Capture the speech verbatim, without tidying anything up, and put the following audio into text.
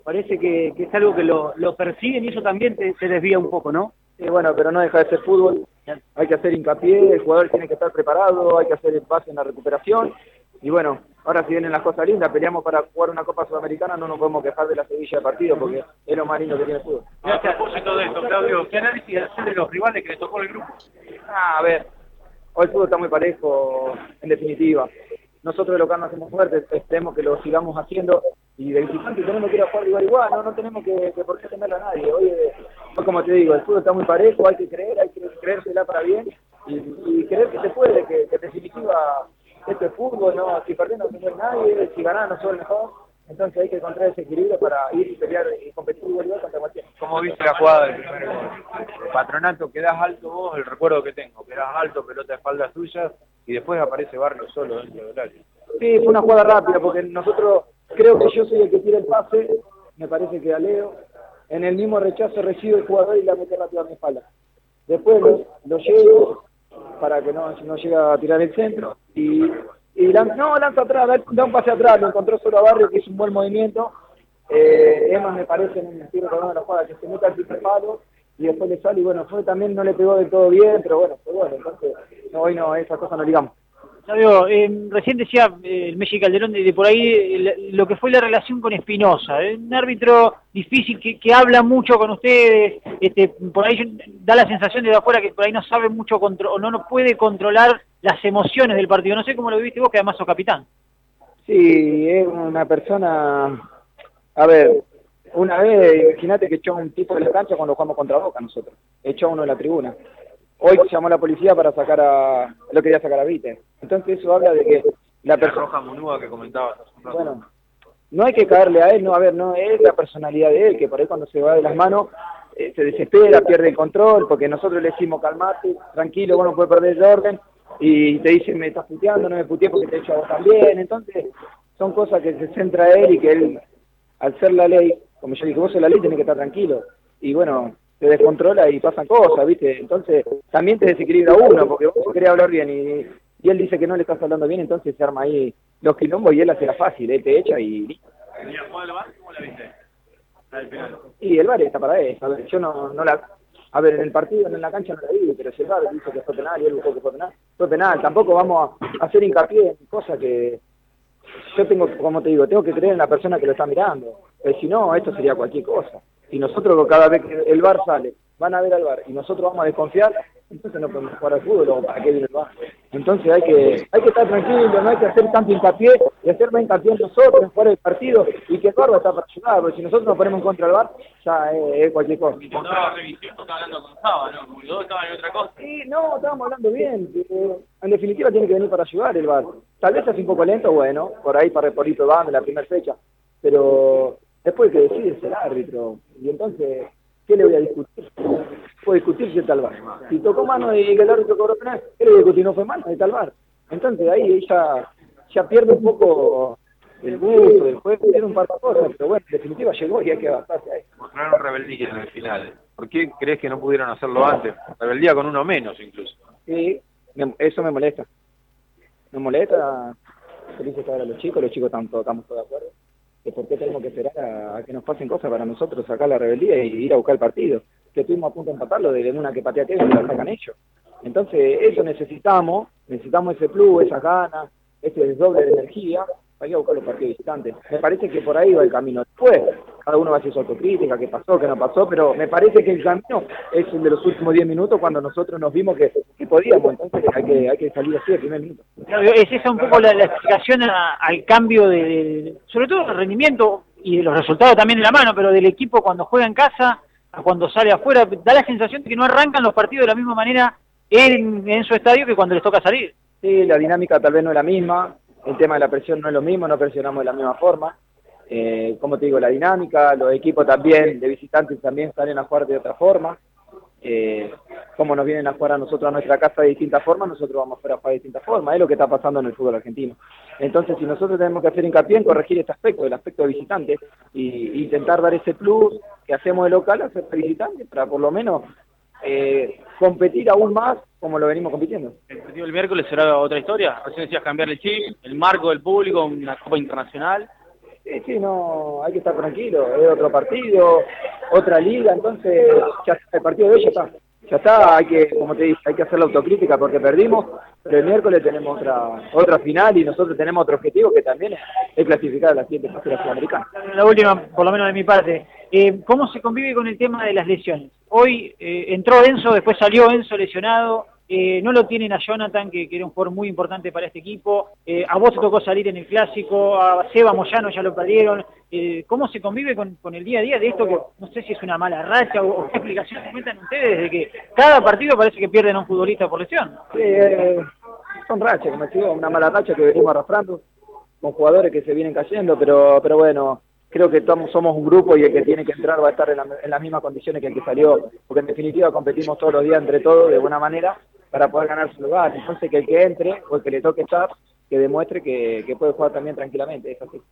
Parece que, que es algo que lo, lo persiguen y eso también te, te desvía un poco, ¿no? Sí, bueno, pero no deja de ser fútbol, hay que hacer hincapié, el jugador tiene que estar preparado, hay que hacer el pase en la recuperación, y bueno, ahora si vienen las cosas lindas, peleamos para jugar una Copa Sudamericana, no nos podemos quejar de la Sevilla de partido, porque es lo más lindo que tiene el fútbol. A propósito de esto, Claudio, ¿qué análisis hacer de los rivales que le tocó el grupo? Ah, a ver, hoy el fútbol está muy parejo, en definitiva. Nosotros de local no hacemos fuertes, esperemos que lo sigamos haciendo, y de visitante tenemos que ir a jugar igual igual, no, no tenemos que, que por qué temerle a nadie. Hoy, eh, como te digo, el fútbol está muy parejo, hay que creer, hay que creérsela para bien, y, y creer que se puede, que, que en definitiva esto es fútbol, no, si perdemos no es nadie, si ganamos no soy el mejor, entonces hay que encontrar ese equilibrio para ir y pelear y competir igual igual contra cualquiera. ¿Cómo viste la jugada del primer gol? El Patronato, quedás alto vos, el recuerdo que tengo, quedás alto, pelota de espaldas tuyas, y después aparece Barrio solo dentro del área. Sí, fue una jugada rápida, porque nosotros, creo que yo soy el que tira el pase, me parece que a Leo, en el mismo rechazo recibe el jugador y la mete rápido a mi espalda. Después lo, lo llevo para que no, no llegue a tirar el centro, y, y lanza, no, lanza atrás, da, da un pase atrás, lo encontró solo a Barrio, que hizo un buen movimiento. Eh, Emma me parece en el tiro de la jugada que se mete al primer palo, y después le sale, y bueno, fue también no le pegó del todo bien, pero bueno, fue bueno, entonces, no, hoy no, esas cosas no digamos. Sabio, eh, recién decía eh, el Messi Calderón de, de por ahí eh, lo que fue la relación con Espinosa, eh, un árbitro difícil que, que habla mucho con ustedes, este, por ahí da la sensación de afuera que por ahí no sabe mucho o no, no puede controlar las emociones del partido. No sé cómo lo viviste vos, que además sos capitán. Sí, es una persona, a ver, una vez, imagínate que echó a un tipo de la cancha cuando jugamos contra Boca nosotros, echó a uno de la tribuna. Hoy llamó a la policía para sacar a... lo quería sacar a Vite. Entonces eso habla de que la persona... roja monúa que comentabas. Bueno, no hay que caerle a él, no, a ver, no es la personalidad de él, que por ahí cuando se va de las manos eh, se desespera, pierde el control, porque nosotros le decimos calmate, tranquilo, vos no puedes perder el orden, y te dicen me estás puteando, no me puteé porque te he hecho a vos también. Entonces son cosas que se centra él y que él, al ser la ley, como yo dije, vos sos la ley, tenés que estar tranquilo. Y bueno, se descontrola y pasan cosas, ¿viste? Entonces también te desequilibra uno, porque vos querés hablar bien y, y él dice que no le estás hablando bien, entonces se arma ahí los quilombos y él hace la fácil, él te echa y listo. ¿Y la jugada del V A R cómo la viste? Al final. Y el V A R está para eso, a ver, yo no, no la... A ver, en el partido, en la cancha no la vi, pero si el V A R dice que fue penal y él dijo que fue penal, fue penal. Tampoco vamos a hacer hincapié en cosas que... Yo tengo, como te digo, tengo que creer en la persona que lo está mirando, porque si no, esto sería cualquier cosa. Si nosotros cada vez que el V A R sale, van a ver al V A R y nosotros vamos a desconfiar, entonces no podemos jugar al fútbol, o para qué viene el V A R. Entonces hay que hay que estar tranquilo, no hay que hacer tanto hincapié y hacer más hincapié en nosotros, en jugar el partido, y que el V A R va a estar para ayudar, porque si nosotros nos ponemos en contra del V A R, ya es, es cualquier cosa. Cuando la revisión estaba hablando con Saba, ¿no? Como que los dos estaban en otra cosa. Sí, no, estábamos hablando bien. Eh, en definitiva tiene que venir para ayudar el V A R. Tal vez es un poco lento, bueno, por ahí para Reporito van en la primera fecha, pero después que decide es el árbitro. Y entonces, ¿qué le voy a discutir? Puedo discutir si está el V A R. Si tocó mano y que el árbitro cobró penal, ¿qué le voy a discutir? No fue mano, está el V A R. Entonces ahí ella ya pierde un poco el gusto del juego, tiene un par de cosas, pero bueno, en definitiva llegó y hay que adaptarse a eso. Mostraron rebeldía en el final. ¿Por qué crees que no pudieron hacerlo antes? Rebeldía con uno menos incluso. Sí, me, eso me molesta. Me molesta, feliz de estar a los chicos, los chicos están todos, estamos todos de acuerdo. Que por qué tenemos que esperar a, a que nos pasen cosas para nosotros sacar la rebeldía y ir a buscar el partido. Que estuvimos a punto de empatarlo de una que patea que y la sacan ellos. Entonces eso necesitamos, necesitamos ese plus, esas ganas, ese desdoble de energía para ir a buscar los partidos visitantes. Me parece que por ahí va el camino. Después, cada uno va a hacer su autocrítica, qué pasó, qué no pasó, pero me parece que el camino es el de los últimos diez minutos cuando nosotros nos vimos que, que podíamos, entonces hay que, hay que salir así el primer minuto. Es esa un poco la, la explicación a, al cambio de, de, sobre todo el rendimiento y de los resultados también de la mano, pero del equipo cuando juega en casa a cuando sale afuera, da la sensación de que no arrancan los partidos de la misma manera en, en su estadio que cuando les toca salir. Sí, la dinámica tal vez no es la misma, el tema de la presión no es lo mismo, no presionamos de la misma forma. Eh, como te digo, la dinámica, los equipos también de visitantes también salen a jugar de otra forma. Eh, como nos vienen a jugar a nosotros a nuestra casa de distintas formas, nosotros vamos a jugar a jugar de distintas formas, es lo que está pasando en el fútbol argentino. Entonces, si nosotros tenemos que hacer hincapié en corregir este aspecto, el aspecto de visitante, y intentar dar ese plus que hacemos de local, hacer de visitante, para por lo menos eh, competir aún más como lo venimos compitiendo. ¿El partido del miércoles será otra historia? Recién decías cambiar el chip, el marco del público, una Copa Internacional. Sí, sí, no, hay que estar tranquilo, es otro partido, otra liga, entonces ya está, el partido de hoy ya está. Ya está, hay que, como te dije, hay que hacer la autocrítica porque perdimos, pero el miércoles tenemos otra otra final y nosotros tenemos otro objetivo que también es, es clasificar a la siguiente fase de la Sudamericana. La última, por lo menos de mi parte, eh, ¿cómo se convive con el tema de las lesiones? Hoy eh, entró Enzo, después salió Enzo lesionado, eh, no lo tienen a Jonathan, que, que era un jugador muy importante para este equipo, eh, a vos te tocó salir en el Clásico, a Seba Moyano ya lo perdieron, eh, ¿cómo se convive con, con el día a día de esto que no sé si es una mala racha o, o qué explicaciones cuentan ustedes de que cada partido parece que pierden a un futbolista por lesión? Sí, eh, son rachas, como te digo, una mala racha que venimos arrastrando con jugadores que se vienen cayendo, pero pero bueno, creo que todos somos un grupo y el que tiene que entrar va a estar en, la, en las mismas condiciones que el que salió, porque en definitiva competimos todos los días entre todos de buena manera para poder ganar su lugar. Entonces que el que entre o el que le toque estar, que demuestre que, que puede jugar también tranquilamente, es así.